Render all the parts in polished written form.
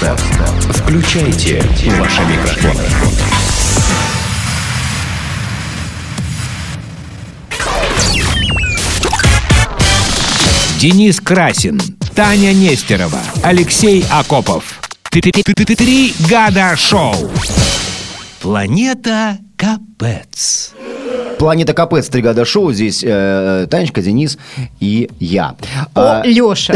Включайте ваши микрофоны. Денис Красин, Таня Нестерова, Алексей Акопов. Три года шоу. Планета Капец. Планета Капец, 3 года шоу. Здесь Танечка, Денис и я. Леша.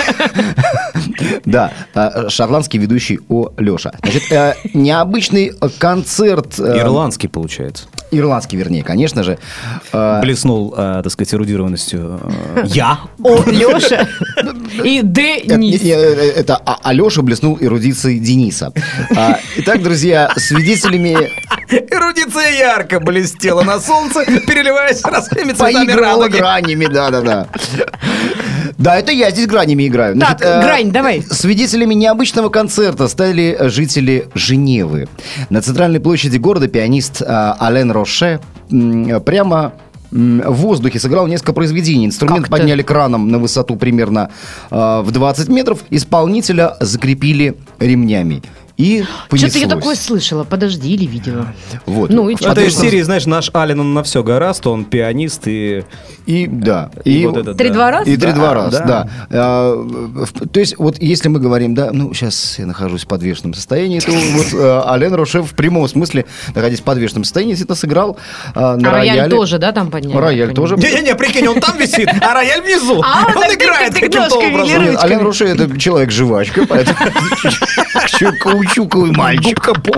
Да, шотландский ведущий Леша. Значит, необычный концерт. Ирландский, получается. Ирландский, вернее, конечно же. Блеснул, так сказать, эрудированностью я. Леша и Денис. Это Алеша блеснул эрудицией Дениса. Итак, друзья, свидетелями... Эрудиция ярко блестела на солнце, переливаясь разными цветами поиграла радуги. гранями, да-да-да. Да, это я здесь гранями играю. Так, грань, давай. Свидетелями необычного концерта стали жители Женевы. На центральной площади города пианист Ален Роше прямо в воздухе сыграл несколько произведений. Инструмент подняли краном на высоту примерно в 20 метров. Исполнителя закрепили ремнями. И понеслось. Что-то я такое слышала. Подожди, или видела. Вот. Ну, и Это из серии, знаешь, наш Ален, он на все гораст, он пианист и да. И вот это, три два раз? И 3-2 раз, да. То есть, вот если мы говорим, да, ну, сейчас я нахожусь в подвешенном состоянии, то вот Ален Роше в прямом смысле, находясь в подвешенном состоянии, действительно сыграл на рояле. Рояль тоже, да, там подняли? Рояль тоже. Не-не-не, прикинь, он там висит, а рояль внизу. Он играет каким-то образом. Нет, Ален Роше — это человек-жвачка, поэтому каучуковый мальчик. Губка-поп.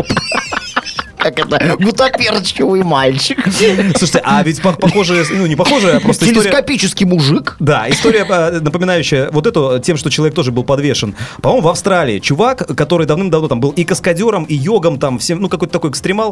Как это? Гутоперчивый мальчик. Слушайте, а ведь похоже, ну не похоже, а просто история... Телескопический мужик. Да, история, напоминающая вот эту, тем, что человек тоже был подвешен. По-моему, в Австралии чувак, который давным-давно там был и каскадером, и йогом, там, всем, ну, какой-то такой экстремал.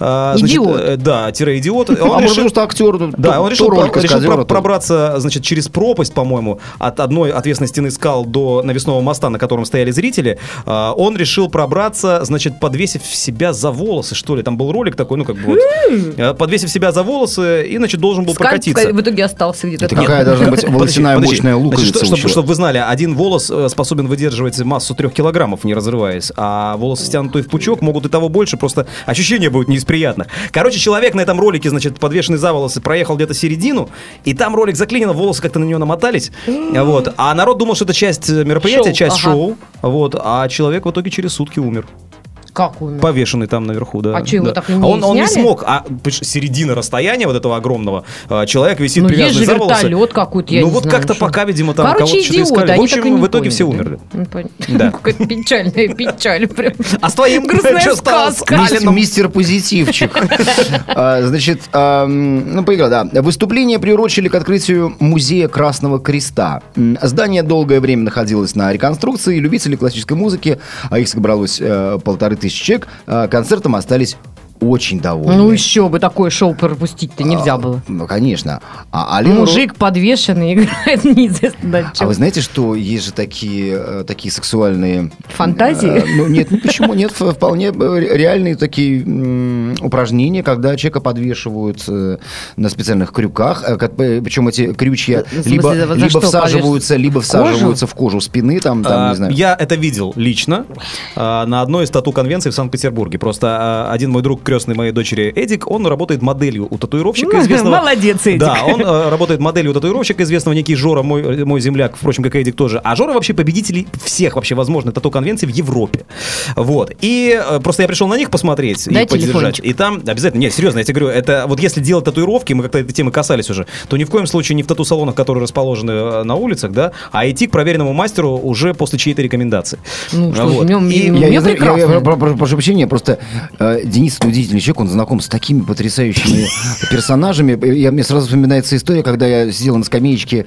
Идиот. Да, идиот. Может, просто актер. Да, он решил пробраться, значит, через пропасть, по-моему, от одной отвесной стены скал до навесного моста, на котором стояли зрители. Он решил пробраться, значит, подвесив себя за волосы, что ли. Там был ролик такой, ну, как бы вот, подвесив себя за волосы, и, значит, должен был прокатиться. В итоге остался где-то. Какая должна быть волосяная мощная луковица. Чтобы вы знали, один волос способен выдерживать массу 3 килограммов, не разрываясь, а волосы, стянутые в пучок, могут и того больше, просто ощущения будут не из приятных. Короче, человек на этом ролике, значит, подвешенный за волосы, проехал где-то середину, и там ролик заклинило, волосы как-то на него намотались, вот, а народ думал, что это часть мероприятия, часть шоу, вот, а человек в итоге через сутки умер. Как умер? Повешенный там наверху, да. А что, его так и не он не сняли? смог, середина расстояния вот этого огромного, человек висит ну, привязанный за волосы. Ну, есть же вертолет какой-то, я ну, не вот знаю. как-то что. пока, видимо, там короче, кого-то что-то искали. Они В общем, в итоге все умерли. Да. Какая-то печальная печаль. Прям. А с твоим грустная что стало? сказка. Мистер Позитивчик. Значит, ну, поиграл, да. Выступление приурочили к открытию музея Красного Креста. Здание долгое время находилось на реконструкции. Любители классической музыки, а их собралось 1500 человек, концертом остались очень довольны. Ну еще бы такое шоу пропустить-то нельзя было. Ну, конечно. Мужик подвешенный играет неизвестно на чем. А вы знаете, что есть же такие сексуальные... Фантазии? Ну, нет, ну почему нет? Вполне реальные такие упражнения, когда человека подвешивают на специальных крюках. Причем эти крючья либо всаживаются в кожу спины, там, не знаю. Я это видел лично на одной из тату-конвенций в Санкт-Петербурге. Просто один мой друг, крестный моей дочери Эдик, он работает моделью у татуировщика известного. Молодец, Эдик. Да, он работает моделью у татуировщика известного, некий Жора, мой земляк, впрочем, как и Эдик тоже. А Жора вообще победитель всех вообще возможных тату-конвенций в Европе. Вот. И просто я пришел на них посмотреть и поддержать. И там обязательно, нет, серьезно, я тебе говорю, это вот если делать татуировки, мы как-то этой темы касались уже, то ни в коем случае не в тату-салонах, которые расположены на улицах, да, а идти к проверенному мастеру уже после чьей-то рекомендации. Ну, что вот. я прошу прощения, просто Денис удивительный человек, он знаком с такими потрясающими персонажами. Мне сразу вспоминается история, когда я сидел на скамеечке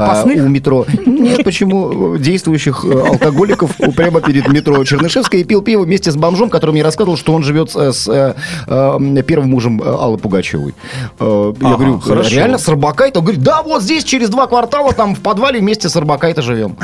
у метро. Нет, почему? Действующих алкоголиков прямо перед метро Чернышевская и пил пиво вместе с бомжом, который мне рассказывал, что он живет с первым мужем Аллы Пугачевой. Я говорю, хорошо. Реально с Арбакайте? Он говорит, да, вот здесь через 2 квартала там в подвале вместе с Арбакайте живем.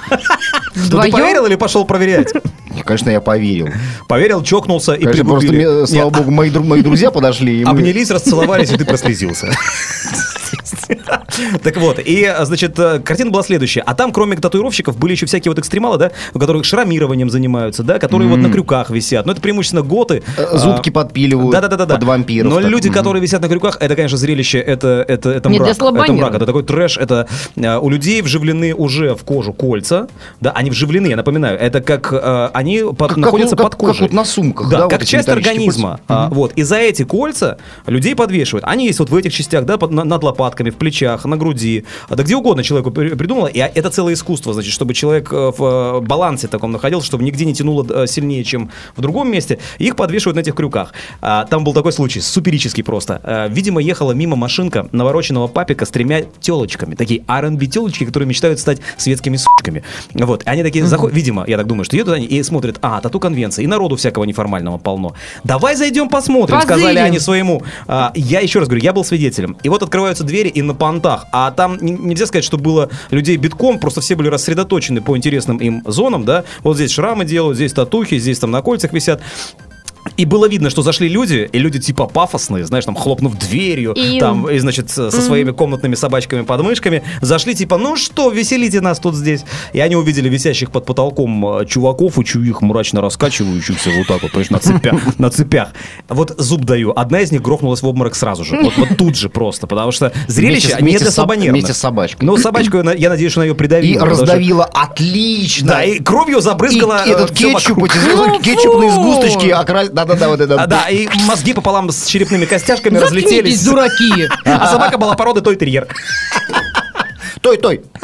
Ты поверил или пошел проверять? Конечно, я поверил. Поверил, чокнулся и конечно, пригубили. Просто, слава богу, мои друзья подошли. Обнялись, расцеловались, и ты прослезился. Так вот, и, значит, картина была следующая. А там, кроме татуировщиков, были еще всякие вот экстремалы, да, которые шрамированием занимаются, да, которые вот на крюках висят. Но это преимущественно готы. Зубки подпиливают под вампиров. Но люди, которые висят на крюках, это, конечно, зрелище, это мрак. Это мрак, это такой трэш. Это у людей вживлены уже в кожу кольца. Да, они вживлены, я напоминаю. Это как они находятся под кожей. Как вот на сумках. Да, как часть организма. Вот. И за эти кольца людей подвешивают. Они есть вот в этих частях, да, над лопатками, в плечах, на груди. Да где угодно человеку придумало. И это целое искусство, значит, чтобы человек в балансе таком находился, чтобы нигде не тянуло сильнее, чем в другом месте. Их подвешивают на этих крюках. Там был такой случай, суперический просто. Видимо, ехала мимо машинка навороченного папика с 3 телочками. Такие R&B телочки, которые мечтают стать светскими сучками. Вот. Они такие заходят, видимо, я так думаю, что едут они и смотрят, тату-конвенция, и народу всякого неформального полно. Давай зайдем посмотрим, сказали они своему. Я еще раз говорю, я был свидетелем. И вот открываются двери и на понтах. А там нельзя сказать, что было людей битком, просто все были рассредоточены по интересным им зонам, да. Вот здесь шрамы делают, здесь татухи, здесь там на кольцах висят. И было видно, что зашли люди, и люди типа пафосные, знаешь, там хлопнув дверью, там, и, значит, со своими комнатными собачками под мышками, зашли типа, ну что, веселите нас тут здесь. И они увидели висящих под потолком чуваков и чуих мрачно раскачивающихся вот так вот, понимаешь, на цепях. Вот зуб даю, одна из них грохнулась в обморок сразу же, вот тут же просто, потому что зрелище не для слабонервных. Вместе с собачкой. Ну, собачку, я надеюсь, что она ее придавила. И раздавила отлично. Да, и кровью забрызгала. И этот кетчупные сгусточки окрасили. Да, и мозги пополам с черепными костяшками разлетелись. Дураки. А собака была породы той-терьер. Той.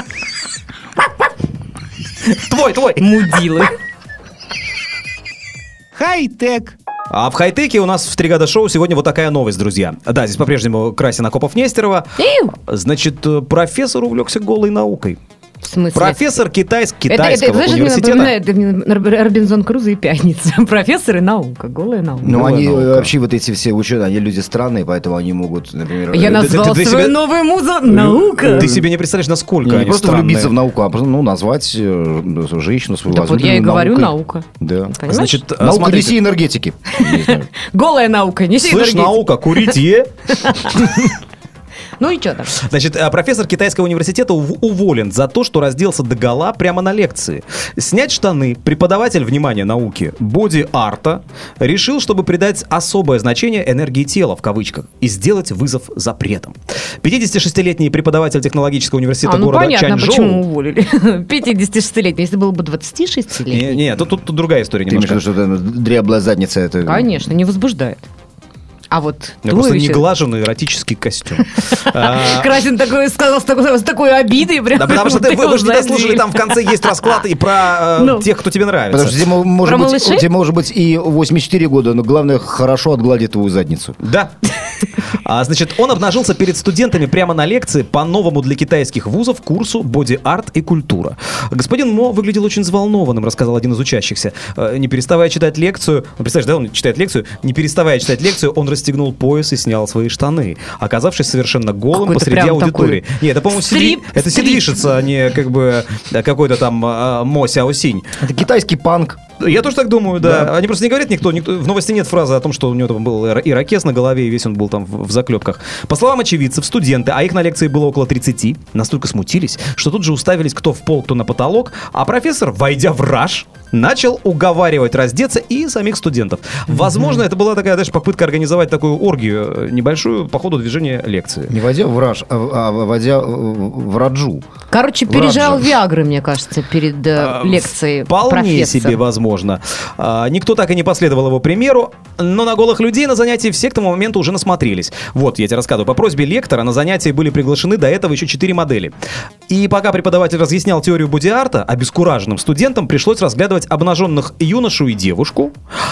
Твой. Мудилы. Хай-тек. А в хай-теке у нас в «Три года шоу» сегодня вот такая новость, друзья. Да, здесь по-прежнему Красин, Акопов, Нестерова. Значит, профессор увлекся голой наукой. В смысле? Профессор китайского знаешь, университета. Это мне напоминает Робинзон Крузо и Пятница. Профессор и наука, голая наука. Ну, они вообще вот эти все ученые, они люди странные, поэтому они могут, например... Я назвала свою новую музу «Наука». Ты себе не представляешь, насколько они не просто странные. влюбиться в науку, а просто назвать женщину свою так вот я и говорю наука. Да. Понимаешь? Значит, наука смотрите. неси энергетики. Голая наука, неси Слышь, энергетики. наука, курите. Ну и что там? Значит, профессор китайского университета уволен за то, что разделся догола прямо на лекции. Снять штаны преподаватель, внимание, науки, боди-арта решил, чтобы придать особое значение энергии тела, в кавычках, и сделать вызов запретом. 56-летний преподаватель технологического университета города понятно, Чанчжоу. Почему уволили. 56-летний, если было бы 26-летний. Нет, тут другая история Ты имеешь в немножко. виду, что дряблая задница это... Конечно, не возбуждает. А вот Просто неглаженный эротический костюм. Красин такой сказал с такой обидой. Да, потому что вы же не дослушали, там в конце есть расклад и про тех, кто тебе нравится. Потому что тебе может быть и 84 года, но главное, хорошо отгладить твою задницу. Да. Значит, он обнажился перед студентами прямо на лекции по новому для китайских вузов курсу «Боди-арт и культура». Господин Мо выглядел очень взволнованным, рассказал один из учащихся. Не переставая читать лекцию, представляешь, да, он читает лекцию, не переставая читать лекцию, он расстегнул пояс и снял свои штаны, оказавшись совершенно голым посреди аудитории. Нет, это, по-моему, это Сидвишица, а не как бы какой-то там Мо Сяосинь. Это китайский панк. Я тоже так думаю, да. Они просто не говорят никто. В новости нет фразы о том, что у него там был ирокез на голове, и весь он был там в заклепках. По словам очевидцев, студенты, а их на лекции было около 30, настолько смутились, что тут же уставились кто в пол, кто на потолок, а профессор, войдя в раж, начал уговаривать раздеться и самих студентов. Возможно, это была такая, знаешь, попытка организовать такую оргию небольшую по ходу движения лекции. Не вводя в раж, а вводя в раджу. Короче, пережал Виагры, мне кажется, перед лекцией Вполне профессор. себе возможно. Никто так и не последовал его примеру, но на голых людей на занятии все к тому моменту уже насмотрелись. Вот, я тебе рассказываю. По просьбе лектора на занятии были приглашены до этого еще 4 модели. И пока преподаватель разъяснял теорию боди-арта, обескураженным студентам пришлось разглядывать обнаженных юношу и девушку,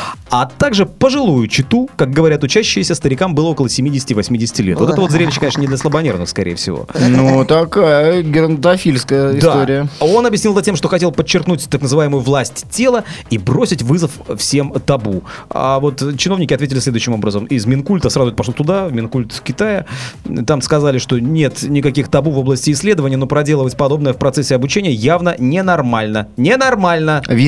а также пожилую читу, как говорят учащиеся, старикам было около 70-80 лет. Вот это вот зрелище, конечно, не для слабонервных, скорее всего. Ну, такая геронтофильская история. Он объяснил это тем, что хотел подчеркнуть так называемую власть тела и бросить вызов всем табу. А вот чиновники ответили следующим образом. Из Минкульта сразу пошел туда, в Минкульт Китая. Там сказали, что нет никаких табу в области исследования, но проделывать подобное в процессе обучения явно ненормально. Ненормально! Везде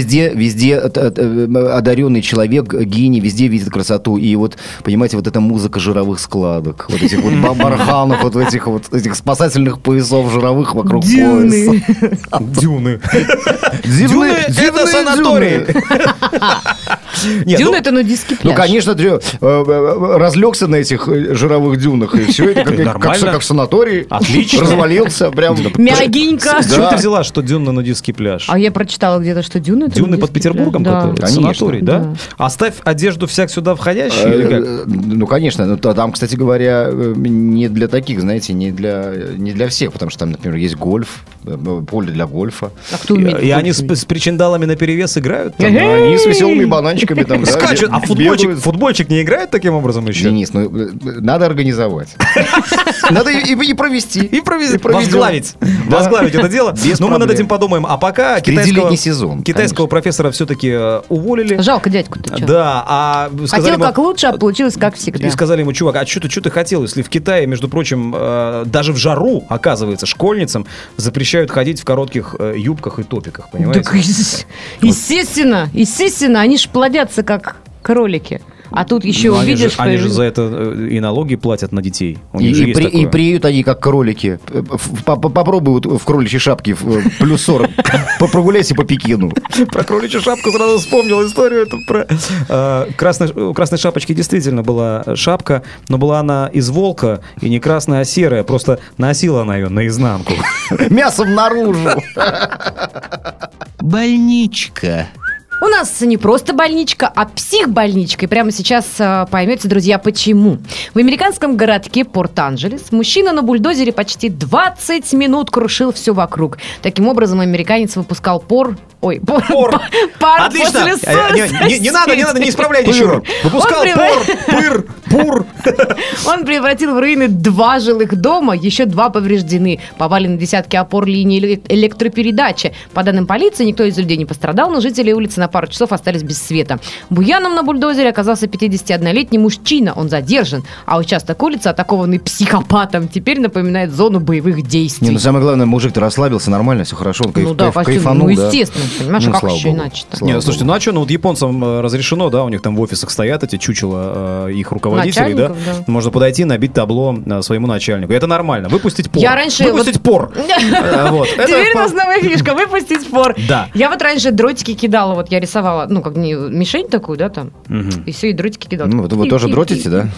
везде одаренный человек, гений, везде видит красоту. И вот, понимаете, вот эта музыка жировых складок, вот этих вот барханов, вот этих спасательных поясов жировых вокруг пояса. Дюны. Дюны — это санаторий. Дюны — это нудистский пляж. Ну, конечно, разлегся на этих жировых дюнах, и все, это как санаторий. Отлично. Развалился прям. Мягенько. С чего ты взяла, что дюна нудистский пляж? А я прочитала где-то, что дюны — это дюны под Петербургом, который санаторий, да? Оставь одежду всяк сюда входящую или как? Ну, конечно. Там, кстати говоря, не для таких, знаете, не для всех, потому что там, например, есть гольф, поле для гольфа. А кто умеет? И они с причиндалами наперевес играют? Они с веселыми бананчиками там скачут. А футбольчик не играет таким образом еще? Денис, ну надо организовать. Надо и провести. Возглавить это дело. Но мы над этим подумаем. А пока китайского профессора все-таки уволили. Жалко дядьку-то. Да. Хотел как лучше, а получилось как всегда. И сказали ему: чувак, а что ты хотел, если в Китае, между прочим, даже в жару, оказывается, школьницам запрещают ходить в коротких юбках и топиках, понимаете? Так, естественно, они ж плодятся как кролики. А тут еще увидишь... Они же за это и налоги платят на детей. И приют они как кролики. Попробуй вот в кроличьей шапке плюс 40. Прогуляйся по Пекину. Про кроличью шапку сразу вспомнил историю. У красной шапочки действительно была шапка, но была она из волка, и не красная, а серая. Просто носила она ее наизнанку. Мясом наружу. Больничка. У нас не просто больничка, а психбольничка. И прямо сейчас поймете, друзья, почему. В американском городке Порт-Анджелес мужчина на бульдозере почти 20 минут крушил все вокруг. Таким образом, американец выпускал пар. Отлично. Не надо, не исправляй ничего. Выпускал пур. Он превратил в руины 2 жилых дома, еще 2 повреждены. Повалены десятки опор линии электропередачи. По данным полиции, никто из людей не пострадал, но жители улицы на пару часов остались без света. Буяном на бульдозере оказался 51-летний мужчина. Он задержан. А участок улицы, атакованный психопатом, теперь напоминает зону боевых действий. Ну самое главное, мужик-то расслабился, нормально, все хорошо. Он кайфанул, естественно. Понимаешь, как еще иначе-то? Нет, слушайте, ну а что, вот японцам разрешено, да, у них там в офисах стоят эти чучела их руководителей, да? Можно подойти, набить табло своему начальнику. Это нормально. Выпустить пор. Выпустить пор. Теперь у нас новая фишка. Выпустить пор. Да. Я вот раньше дротики кидала, вот я рисовала, ну, как не мишень такую, да, там, и все, и дротики кидала. Ну, вы тоже дротите, да?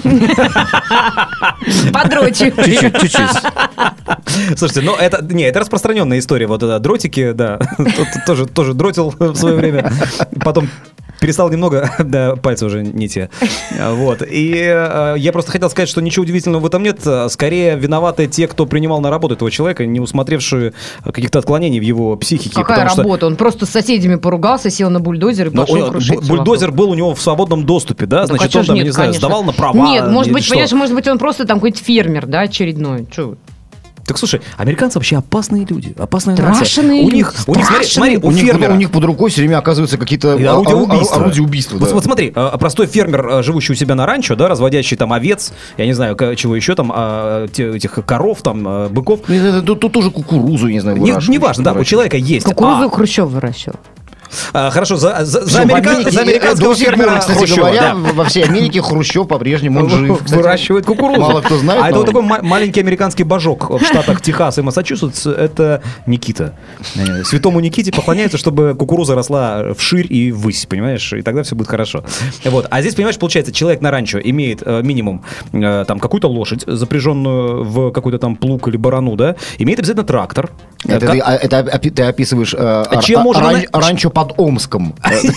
Подрочи. Чуть-чуть. Слушайте, ну, это распространенная история. Вот дротики, да, тоже дротил в свое время. Потом перестал немного, да, пальцы уже не те. Вот. И я просто хотел сказать, что ничего удивительного в этом нет. Скорее виноваты те, кто принимал на работу этого человека, не усмотревшие каких-то отклонений в его психике. Какая работа? Он просто с соседями поругался, сел на бульдозер и пошел крушить. Бульдозер был у него в свободном доступе, да? Значит, он там, не знаю, сдавал на права. Нет, может быть, понимаешь, может быть, он просто там какой-то фермер, да, очередной. Че? Так слушай, американцы вообще опасные люди, опасная нация. У них, смотри, у фермера. У них под рукой все время оказываются какие-то орудия убийства. Вот смотри, простой фермер, живущий у себя на ранчо, да, разводящий там овец, я не знаю, чего еще там, этих коров, там, быков. Тут тоже кукурузу, не знаю, выращивают. Неважно, да, у человека есть. Кукурузу Хрущев выращивал. Хорошо, за американского фермера, кстати говоря, во всей Америке Хрущев по-прежнему он жив. Выращивает кукурузу. Мало кто знает. А это вот такой маленький американский божок в штатах Техас и Массачусетс. Это Никита. Святому Никите поклоняются, чтобы кукуруза росла вширь и ввысь, понимаешь? И тогда все будет хорошо. Вот. А здесь, понимаешь, получается, человек на ранчо имеет минимум там какую-то лошадь, запряженную в какой-то там плуг или барану, да? Имеет обязательно трактор. Это ты описываешь ранчо под Омском.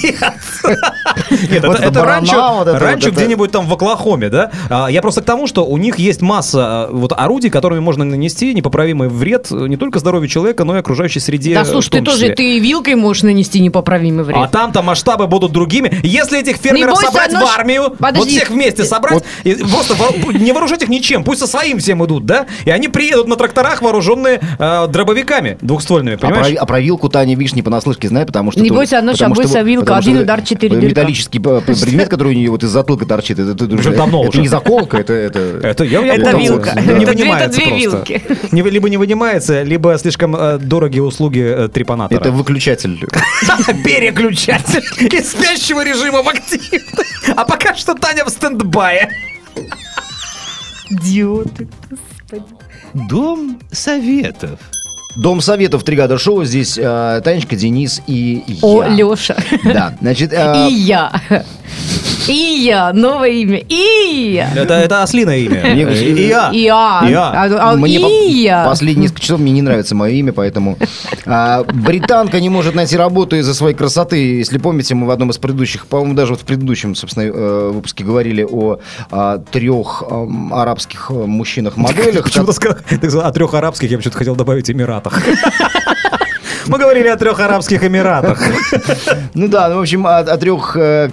Нет, это ранчо где-нибудь там в Оклахоме, да? Я просто к тому, что у них есть масса вот орудий, которыми можно нанести непоправимый вред не только здоровью человека, но и окружающей среде. Да, слушай, ты тоже и вилкой можешь нанести непоправимый вред. А там-то масштабы будут другими. Если этих фермеров собрать в армию, вот всех вместе собрать, просто не вооружать их ничем, пусть со своим всем идут, да? И они приедут на тракторах, вооруженные дробовиками двухствольными, понимаешь? А про вилку-то они, видишь, не понаслышке знают, потому что Небось, она шабойся вилка, один удар, 4 дырка. Металлический предмет, который у нее вот из затылка торчит, это не заколка, это вилка. Это две вилки. Либо не вынимается, либо слишком дорогие услуги трепанатора. Это выключатель. Переключатель из спящего режима в активный. А пока что Таня в стендбае. Идиоты, господи. Дом советов. Дом советов «Три года шоу». Здесь Танечка, Денис и я. О, Леша. Да, значит... И я. Ия, новое имя. Ия. Это ослиное имя. Ия. Мне последние несколько часов мне не нравится мое имя, поэтому... Британка не может найти работу из-за своей красоты. Если помните, мы в одном из предыдущих, по-моему, даже вот в предыдущем, собственно, выпуске говорили о 3 арабских мужчинах-моделях. Почему-то сказал о 3 арабских, я почему-то хотел добавить Эмиратах. Мы говорили о 3 арабских Эмиратах. Ну да, в общем, о 3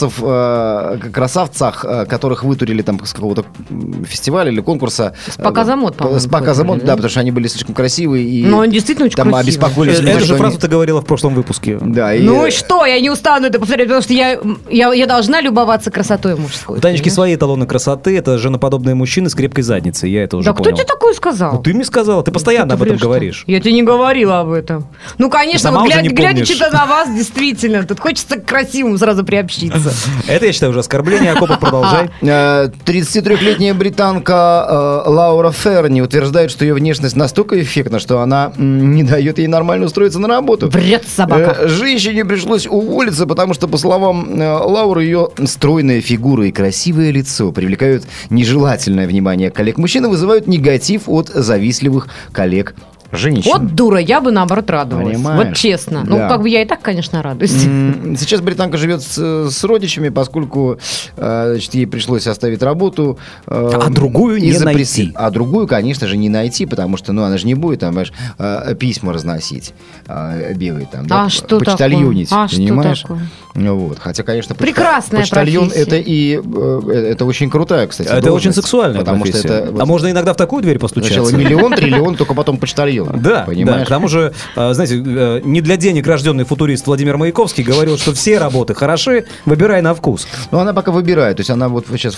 красавцах, которых вытурили там с какого-то фестиваля или конкурса. С показа мод, по-моему. С показа мод, да, потому что они были слишком красивые. Ну, они действительно очень там красивые. Обеспокоились. Эту же фразу ты говорила в прошлом выпуске. Да. Ну и что, я не устану это повторять, потому что я должна любоваться красотой мужской. У Танечки свои эталоны красоты, это женоподобные мужчины с крепкой задницей, я это уже понял. Да кто тебе такое сказал? Ну, ты мне сказала, ты постоянно об этом говоришь. Я тебе не говорила об этом. Ну, конечно, вот глядя что-то на вас, действительно, тут хочется к красивому сразу приобщиться. Это, я считаю, уже оскорбление. Акопов, продолжай. 33-летняя британка Лаура Ферни утверждает, что ее внешность настолько эффектна, что она не дает ей нормально устроиться на работу. Врет собака. Женщине пришлось уволиться, потому что, по словам Лауры, ее стройная фигура и красивое лицо привлекают нежелательное внимание коллег. Мужчины вызывают негатив от завистливых коллег. Женщин. Вот дура, я бы наоборот радовалась. Понимаешь? Вот честно. Да. Ну, как бы я и так, конечно, радуюсь. Сейчас британка живет с родичами, поскольку значит, ей пришлось оставить работу. А другую не найти. А другую, конечно же, не найти, потому что, ну, она же не будет там, письма разносить, бегать там, да, что почтальонить, такое? понимаешь? Что такое? Вот. Хотя, конечно, прекрасная почтальон профессия. это очень крутая, кстати, это очень сексуальная потому профессия. Что это, а можно иногда в такую дверь постучаться. Сначала миллион, триллион, только потом почтальон. Да, понимаешь? Да. К тому же, знаете, не для денег рожденный футурист Владимир Маяковский говорил, что все работы хороши, выбирай на вкус. Ну, она пока выбирает. То есть она вот сейчас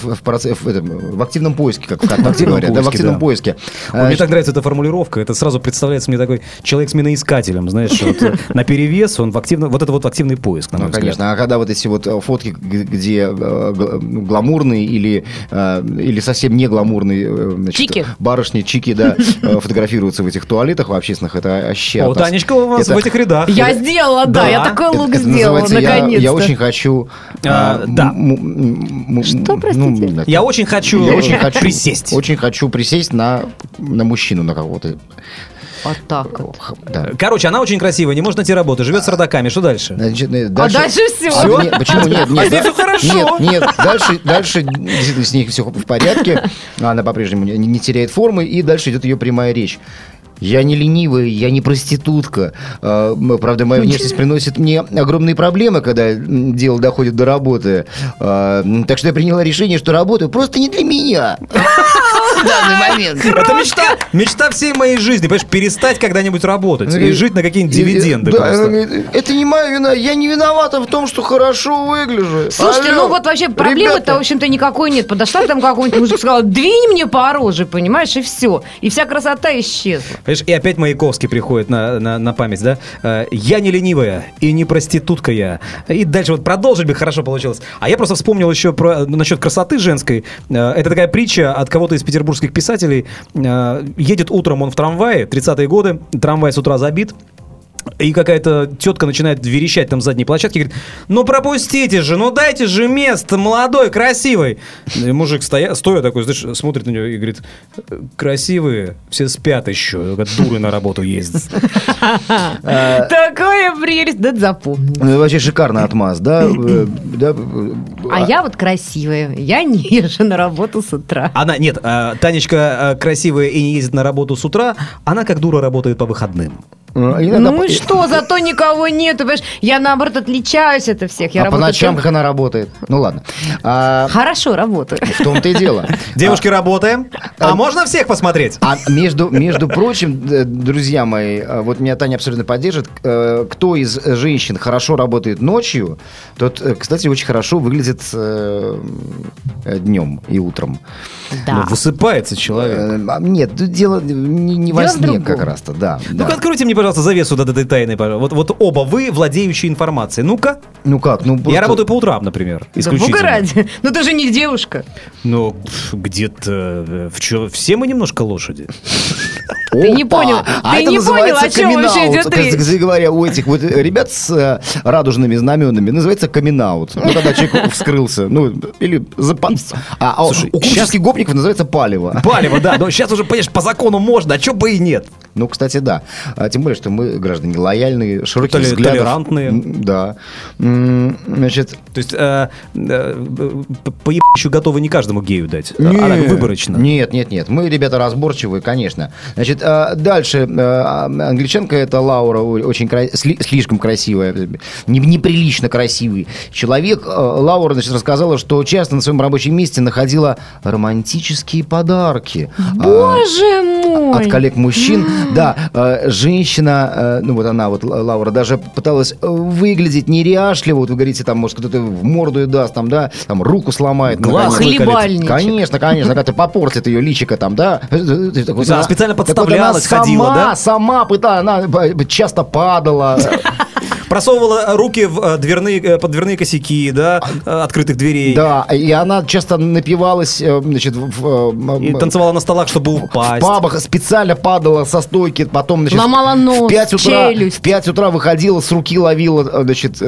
в активном поиске, как в говорят. Да, в активном поиске. Мне так нравится эта формулировка. Это сразу представляется мне такой человек с миноискателем, знаешь, вот, на перевес, он в активном, вот это вот активный поиск, на мой взгляд. Конечно. А когда вот эти вот фотки, где гламурные или совсем не гламурные барышни, чики, да, фотографируются в этих туалетах в общественных, это вообще... О, Танечка у вас в этих рядах. Я сделала, да, я такой лук сделала, наконец-то. Я очень хочу... Да. Что, простите? Я очень хочу присесть. Очень хочу присесть на мужчину, на кого-то. Вот так вот. Да. Короче, она очень красивая, не может найти работу, живет с родаками. Что дальше? Дальше все. Почему нет? Здесь все хорошо. Нет. Дальше действительно с ней все в порядке. Она по-прежнему не теряет формы. И дальше идет ее прямая речь. Я не ленивая, я не проститутка. Правда, моя внешность приносит мне огромные проблемы, когда дело доходит до работы. Так что я приняла решение, что работаю просто не для меня. В данный момент. Это мечта всей моей жизни, понимаешь, перестать когда-нибудь работать и жить на какие-нибудь дивиденды. Это не моя вина, я не виновата в том, что хорошо выгляжу. Слушайте, ну вот вообще проблемы-то, в общем-то, никакой нет. Подошла там какой-нибудь мужик, сказала, двинь мне по роже, понимаешь, и все. И вся красота исчезла. Понимаешь, и опять Маяковский приходит на память, да? Я не ленивая и не проститутка я. И дальше вот продолжить бы хорошо получилось. А я просто вспомнил еще насчет красоты женской. Это такая притча от кого-то из петербургских писателей. Едет утром он в трамвае, 30-е годы, трамвай с утра забит. И какая-то тетка начинает верещать там с задней площадки, говорит, ну пропустите же, ну дайте же место, молодой, красивый. И мужик стоя такой, знаешь, смотрит на нее и говорит, красивые, все спят еще, как дуры на работу ездят. Такая прелесть, да запомнил. Вообще шикарный отмаз, да? А я вот красивая, я не езжу на работу с утра. Танечка красивая и не ездит на работу с утра, она как дура работает по выходным. Ну и что, зато никого нету. Я, наоборот, отличаюсь от всех. А по ночам как она работает? Ну ладно. Хорошо работаю. В том-то и дело. Девушки, работаем. А можно всех посмотреть? А между прочим, друзья мои, вот меня Таня абсолютно поддержит. Кто из женщин хорошо работает ночью, тот, кстати, очень хорошо выглядит днем и утром. Да. Ну, высыпается человек. Нет, дело не во сне как раз-то, да. Ну-ка, откройте мне, пожалуйста, завесу до этой тайны. Вот оба вы, владеющие информацией. Ну-ка. Ну как? Я работаю по утрам, например, исключительно. Бога ради. Ну ты же не девушка. Ну, где-то... Все мы немножко лошади. Ты не понял. Ты не понял, о чем вообще идет речь. Кстати говоря, у этих вот ребят с радужными знаменами называется камин-аут. Ну, когда человек вскрылся. Ну, или слушай, у кучерских гопников называется палево. Палево, да. Но сейчас уже, понимаешь, по закону можно, а что бы и нет. Ну, кстати, да. Тем более, что мы граждане лояльные, широких взглядов. Толерантные. Да. Значит... То есть, поебищу готовы не каждому гею дать, а так выборочно. Нет. Мы, ребята, разборчивые, конечно. Значит, дальше. Англичанка эта Лаура, очень слишком красивая, неприлично красивый человек. Лаура, значит, рассказала, что часто на своем рабочем месте находила романтические подарки. Боже мой! От коллег-мужчин. Да, женщина, ну вот она, вот Лаура, даже пыталась выглядеть неряшливо. Вот вы говорите, там, может, кто-то в морду и даст, там, да, там, руку сломает. Глаз хлебальничек. Конечно, когда-то попортит ее личико там, да. Она специально подставлялась, ходила, да? Сама пыталась, она часто падала. Просовывала руки под дверные косяки, да, открытых дверей. Да, и она часто напивалась, значит, и танцевала на столах, чтобы упасть. В пабах специально падала со стойки, потом, значит, ломала нос, челюсть. В 5 утра выходила, с руки ловила, значит,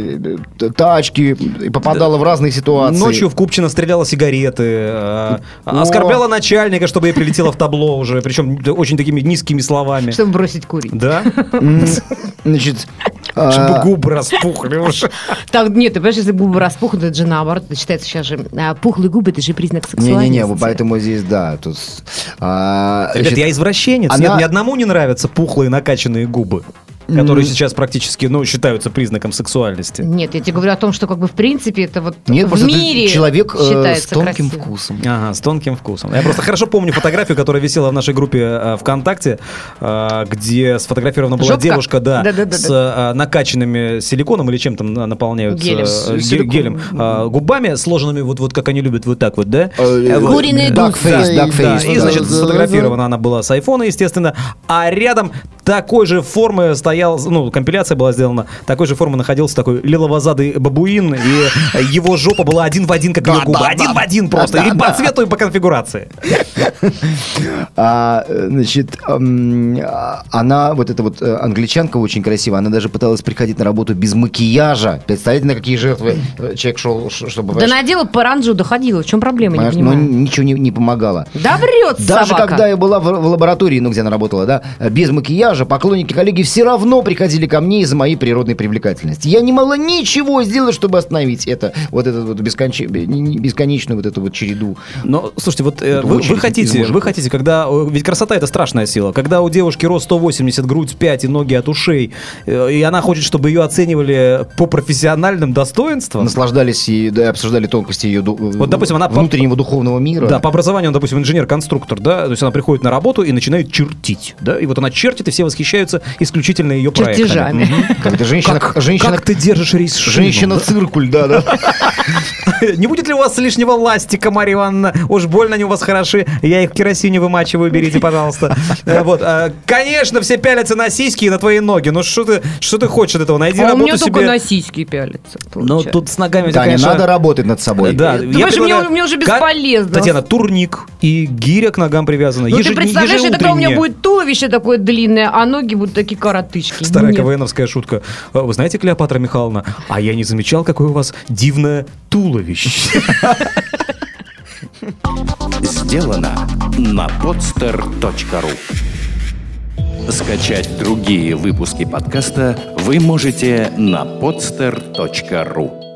тачки и попадала в разные ситуации. Ночью в Купчино стреляла сигареты, оскорбляла начальника, чтобы ей прилетело в табло уже, причем очень такими низкими словами. Чтобы бросить курить. Да? Значит... Чтобы губы распухли уже. Так, нет, ты понимаешь, если губы распухнут, это же наоборот, это считается сейчас же пухлые губы, это же признак сексуальности. Не-не-не, поэтому здесь, да, тут... Ребят, я извращенец, нет, ни одному не нравятся пухлые накачанные губы, которые сейчас практически, считаются признаком сексуальности. Нет, я тебе говорю о том, что как бы в принципе это вот нет, в мире человек считается с тонким красивым. вкусом. Ага, с тонким вкусом. Я просто хорошо помню фотографию, которая висела в нашей группе ВКонтакте, где сфотографирована была девушка, да, с накачанными силиконом или чем там наполняют гелем губами, сложенными вот как они любят, вот так вот, да? Куриные губы. И, значит, сфотографирована она была с айфона, естественно, а рядом такой же формы стоял, компиляция была сделана, такой же формы находился такой лиловозадый бабуин, и его жопа была один в один, как ее губы. Один в один просто, и по цвету, и по конфигурации. Значит, она, вот эта вот англичанка очень красивая, она даже пыталась приходить на работу без макияжа. Представляете, на какие жертвы человек шел, чтобы... Да надела паранджу, доходила, в чем проблема, не понимаю. Но ничего не помогало. Да врет даже собака. Когда я была в лаборатории, где она работала, да, без макияжа, поклонники коллеги все равно приходили ко мне из-за моей природной привлекательности. Я не могла ничего сделать, чтобы остановить эту бесконечную вот эту вот череду. Но, слушайте, вот вы хотите, когда... Ведь красота — это страшная сила. Когда у девушки рост 180, грудь 5 и ноги от ушей, и она хочет, чтобы ее оценивали по профессиональным достоинствам. Наслаждались и обсуждали тонкости ее допустим, она внутреннего духовного мира. Да, по образованию, допустим, инженер-конструктор, да, то есть она приходит на работу и начинает чертить, да, и вот она чертит, и все восхищаются исключительно ее проектами. Когда женщина... Как ты держишь рейс шину? Женщина-циркуль, да. Не будет ли у вас лишнего ластика, Марья Ивановна? Уж больно они у вас хороши. Я их в керосине вымачиваю, берите, пожалуйста. Вот. Конечно, все пялятся на сиськи и на твои ноги. Ну что ты хочешь от этого? Найди работу себе. У меня только на сиськи пялятся. Ну тут с ногами... Да, конечно... надо работать над собой. Да. Мне уже бесполезно. Татьяна, турник и гиря к ногам привязана. Ну ты представляешь, это у меня будет туловище такое длинное, а ноги будут такие коротышки. Старая КВНовская шутка. Вы знаете, Клеопатра Михайловна, а я не замечал, какое у вас дивное туловище. Сделано на podster.ru. Скачать другие выпуски подкаста вы можете на podster.ru.